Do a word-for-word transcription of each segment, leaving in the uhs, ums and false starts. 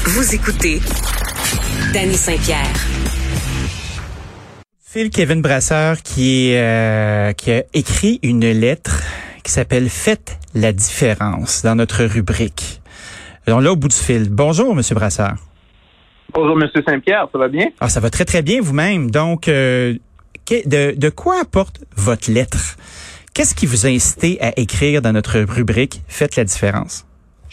Vous écoutez Dany Saint-Pierre. Phil Kevin Brasseur qui, est, euh, qui a écrit une lettre qui s'appelle « Faites la différence » dans notre rubrique. On l'a au bout du fil. Bonjour, Monsieur Brasseur. Bonjour, Monsieur Saint-Pierre, ça va bien? Ah, ça va très, très bien vous-même. Donc, euh, de, de quoi apporte votre lettre? Qu'est-ce qui vous a incité à écrire dans notre rubrique « Faites la différence » ?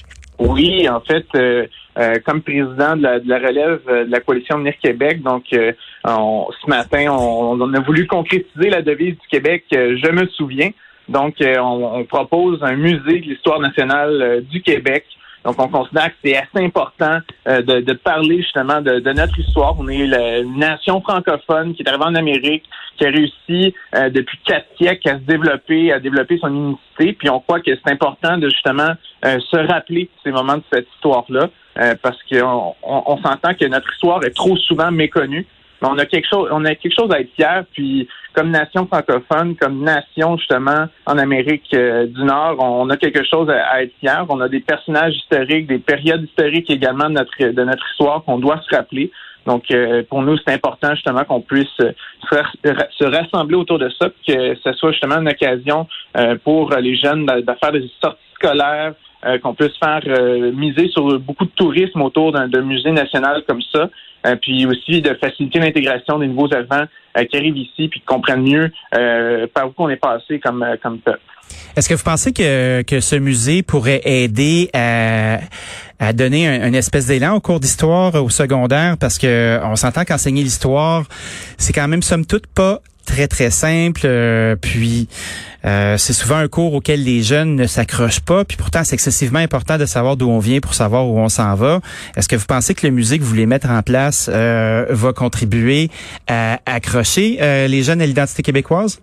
Oui, en fait, euh, euh, comme président de la, de la relève euh, de la coalition Avenir Québec, donc euh, on, ce matin, on, on a voulu concrétiser la devise du Québec euh, « Je me souviens ». Donc, euh, on, on propose un musée de l'histoire nationale euh, du Québec. Donc, on considère que c'est assez important euh, de, de parler justement de, de notre histoire. On est la nation francophone qui est arrivée en Amérique, qui a réussi euh, depuis quatre siècles à se développer, à développer son unicité. Puis on croit que c'est important de justement euh, se rappeler ces moments de cette histoire-là, euh, parce qu'on on, on s'entend que notre histoire est trop souvent méconnue. Mais on a quelque chose, on a quelque chose à être fiers. Puis comme nation francophone, comme nation justement en Amérique euh, du Nord, on a quelque chose à, à être fiers. On a des personnages historiques, des périodes historiques également de notre de notre histoire qu'on doit se rappeler. Donc euh, pour nous, c'est important justement qu'on puisse euh, se, se rassembler autour de ça, que ce soit justement une occasion euh, pour les jeunes de, de faire des sorties scolaires. Euh, qu'on puisse faire euh, miser sur beaucoup de tourisme autour d'un, d'un musée national comme ça, euh, puis aussi de faciliter l'intégration des nouveaux arrivants euh, qui arrivent ici puis qui comprennent mieux euh, par où on est passé comme euh, comme peuple. Est-ce que vous pensez que que ce musée pourrait aider à à donner un, une espèce d'élan au cours d'histoire au secondaire, parce que on s'entend qu'enseigner l'histoire, c'est quand même somme toute pas très très simple, euh, puis euh, c'est souvent un cours auquel les jeunes ne s'accrochent pas, puis pourtant c'est excessivement important de savoir d'où on vient pour savoir où on s'en va. Est-ce que vous pensez que le musée que vous voulez mettre en place euh, va contribuer à accrocher euh, les jeunes à l'identité québécoise?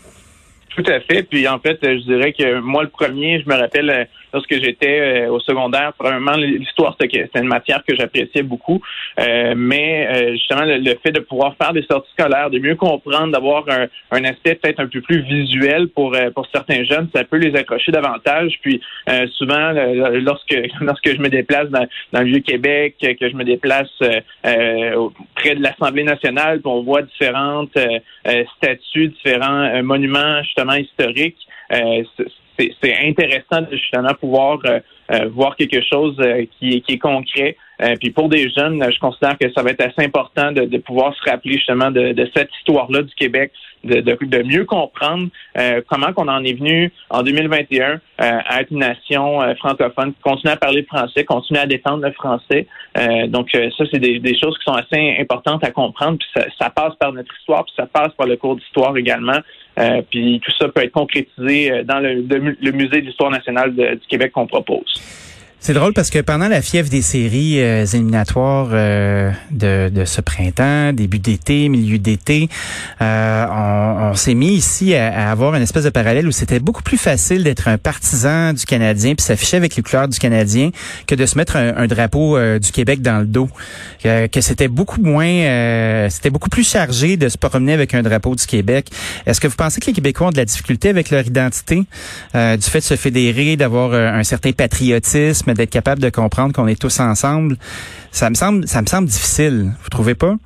Tout à fait. Puis en fait, je dirais que moi, le premier, je me rappelle euh, lorsque j'étais euh, au secondaire, probablement l'histoire, c'était une matière que j'appréciais beaucoup. Euh, mais euh, justement, le, le fait de pouvoir faire des sorties scolaires, de mieux comprendre, d'avoir un, un aspect peut-être un peu plus visuel pour euh, pour certains jeunes, ça peut les accrocher davantage. Puis euh, souvent, le, lorsque lorsque je me déplace dans, dans le Vieux-Québec, que je me déplace euh, euh, près de l'Assemblée nationale, puis on voit différentes euh, euh, statues, différents euh, monuments justement historiques, euh, c'est, c'est intéressant de justement pouvoir euh, euh, voir quelque chose euh, qui, qui est concret. Euh, puis pour des jeunes, je considère que ça va être assez important de, de pouvoir se rappeler justement de, de cette histoire-là du Québec, de, de, de mieux comprendre euh, comment qu'on en est venu en deux mille vingt et un euh, à être une nation euh, francophone, continuer à parler français, continuer à défendre le français. Euh, donc euh, ça, c'est des, des choses qui sont assez importantes à comprendre. Puis ça, ça passe par notre histoire, puis ça passe par le cours d'histoire également. Euh, puis tout ça peut être concrétisé dans le, de, le musée de l'histoire nationale de, du Québec qu'on propose. C'est drôle parce que pendant la fièvre des séries euh, éliminatoires euh, de, de ce printemps, début d'été, milieu d'été, euh, on, on s'est mis ici à, à avoir une espèce de parallèle où c'était beaucoup plus facile d'être un partisan du Canadien puis s'afficher avec les couleurs du Canadien que de se mettre un, un drapeau euh, du Québec dans le dos. Que, que c'était beaucoup moins, euh, c'était beaucoup plus chargé de se promener avec un drapeau du Québec. Est-ce que vous pensez que les Québécois ont de la difficulté avec leur identité, euh, du fait de se fédérer, d'avoir euh, un certain patriotisme, d'être capable de comprendre qu'on est tous ensemble? Ça me semble, ça me semble difficile. Vous trouvez pas?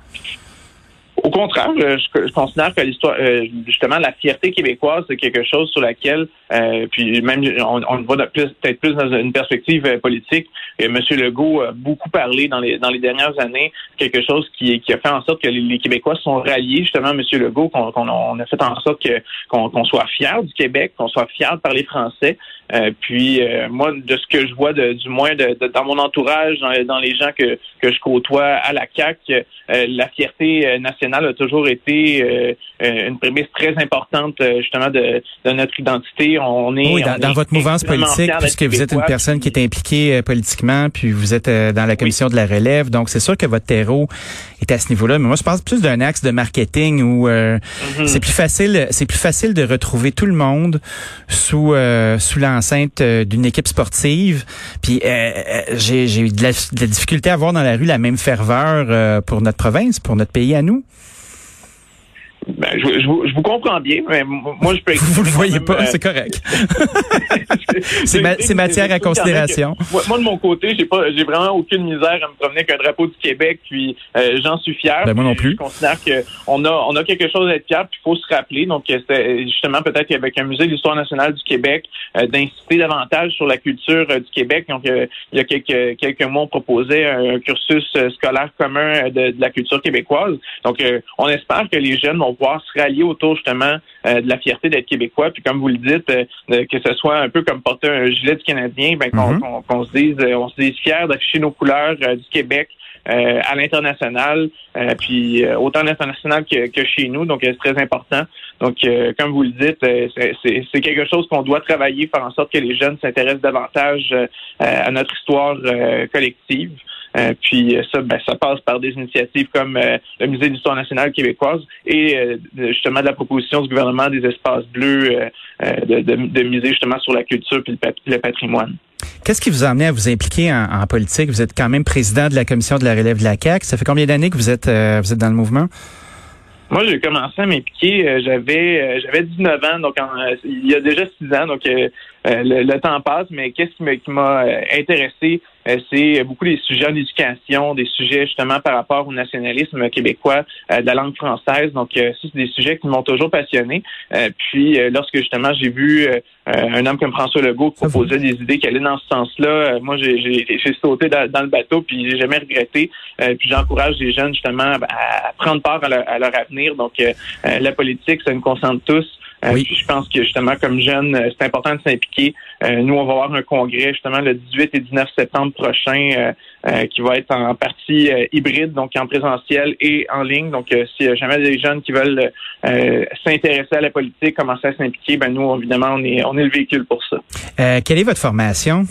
Au contraire, je, je considère que l'histoire, euh, justement, la fierté québécoise, c'est quelque chose sur laquelle, euh, puis même on, on le voit plus, peut-être plus dans une perspective euh, politique. Et M. Legault a beaucoup parlé dans les dans les dernières années, quelque chose qui, qui a fait en sorte que les, les Québécois sont ralliés, justement, M. Legault, qu'on, qu'on on a fait en sorte que qu'on, qu'on soit fiers du Québec, qu'on soit fiers de parler français. Euh, puis euh, moi, de ce que je vois, de, du moins de, de, dans mon entourage, dans, dans les gens que que je côtoie à la C A Q, euh, la fierté euh, nationale a toujours été euh, euh, une prémisse très importante euh, justement de, de notre identité. On est oui, dans, on dans est votre mouvance politique, puisque vous êtes une personne qui est impliquée euh, politiquement, puis vous êtes euh, dans la commission oui. de la relève, donc c'est sûr que votre terreau est à ce niveau-là. Mais moi, je pense plus d'un axe de marketing où euh, mm-hmm. c'est plus facile, c'est plus facile de retrouver tout le monde sous euh, sous l'enceinte euh, d'une équipe sportive. Puis euh, j'ai j'ai eu de la, de la difficulté à voir dans la rue la même ferveur euh, pour notre province, pour notre pays à nous. Ben, je, je, vous, je vous comprends bien, mais moi, je peux... Vous le voyez même, pas, euh, c'est correct. c'est ma, c'est matière à considération. Que, moi, moi, de mon côté, j'ai pas, j'ai vraiment aucune misère à me promener avec un drapeau du Québec, puis euh, j'en suis fier. Ben, moi non plus. Je considère qu'on a, on a quelque chose à être fier, puis il faut se rappeler. Donc, c'est justement peut-être qu'avec un musée de l'histoire nationale du Québec, euh, d'inciter davantage sur la culture euh, du Québec. Donc, euh, il y a quelques, quelques mois, on proposait un, un cursus euh, scolaire commun de, de la culture québécoise. Donc, euh, on espère que les jeunes vont pouvoir se rallier autour justement euh, de la fierté d'être québécois. Puis comme vous le dites, euh, que ce soit un peu comme porter un gilet du Canadien, ben qu'on, mm-hmm. qu'on, qu'on se dise, euh, on se dise fiers d'afficher nos couleurs euh, du Québec euh, à l'international, euh, puis euh, autant à l'international que, que chez nous. Donc euh, c'est très important. Donc euh, comme vous le dites, euh, c'est, c'est, c'est quelque chose qu'on doit travailler, faire en sorte que les jeunes s'intéressent davantage euh, à notre histoire euh, collective. Euh, puis ça, ben, ça passe par des initiatives comme euh, le Musée d'histoire nationale québécoise et euh, justement de la proposition du gouvernement des espaces bleus euh, de, de, de miser justement sur la culture puis le, pat- le patrimoine. Qu'est-ce qui vous a amené à vous impliquer en, en politique? Vous êtes quand même président de la commission de la relève de la C A Q. Ça fait combien d'années que vous êtes euh, vous êtes dans le mouvement? Moi, j'ai commencé à m'impliquer, euh, j'avais euh, j'avais dix-neuf ans, donc en, euh, il y a déjà six ans, donc euh, euh, le, le temps passe, mais qu'est-ce qui m'a, qui m'a euh, intéressé, euh, c'est beaucoup des sujets en éducation, des sujets justement par rapport au nationalisme québécois euh, de la langue française, donc euh, ça, c'est des sujets qui m'ont toujours passionné. Euh, puis euh, lorsque justement j'ai vu euh, un homme comme François Legault proposer des idées qui allaient dans ce sens-là, euh, moi j'ai, j'ai, j'ai sauté dans, dans le bateau, puis j'ai jamais regretté, euh, puis j'encourage les jeunes justement à, à prendre part à leur, à leur avenir. Donc, euh, euh, la politique, ça nous concerne tous. Euh, oui. Puis je pense que justement, comme jeunes, euh, c'est important de s'impliquer. Euh, nous, on va avoir un congrès justement le dix-huit et dix-neuf septembre prochain euh, euh, qui va être en partie euh, hybride, donc en présentiel et en ligne. Donc, euh, s'il y a jamais des jeunes qui veulent euh, s'intéresser à la politique, commencer à s'impliquer, ben nous, évidemment, on est on est le véhicule pour ça. Euh, quelle est votre formation?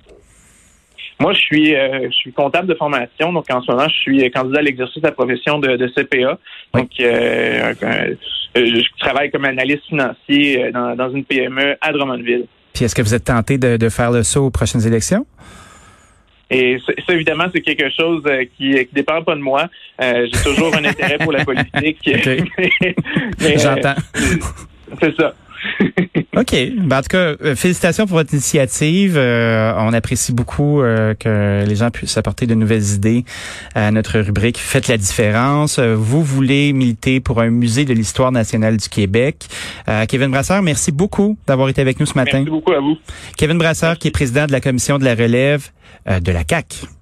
Moi, je suis euh, je suis comptable de formation, donc en ce moment, je suis candidat à l'exercice de la profession de, de C P A. Oui. Donc, euh, euh, je travaille comme analyste financier dans, dans une P M E à Drummondville. Puis est-ce que vous êtes tenté de, de faire le saut aux prochaines élections? Et ça, ça, évidemment, c'est quelque chose qui qui dépend pas de moi. Euh, j'ai toujours un intérêt pour la politique. Okay. mais, J'entends. Euh, c'est ça. OK. Ben, en tout cas, euh, félicitations pour votre initiative. Euh, on apprécie beaucoup euh, que les gens puissent apporter de nouvelles idées à notre rubrique Faites la différence. Euh, vous voulez militer pour un musée de l'histoire nationale du Québec. Euh, Kevin Brasseur, merci beaucoup d'avoir été avec nous ce matin. Merci beaucoup à vous. Kevin Brasseur, merci. Qui est président de la commission de la relève euh, de la C A Q.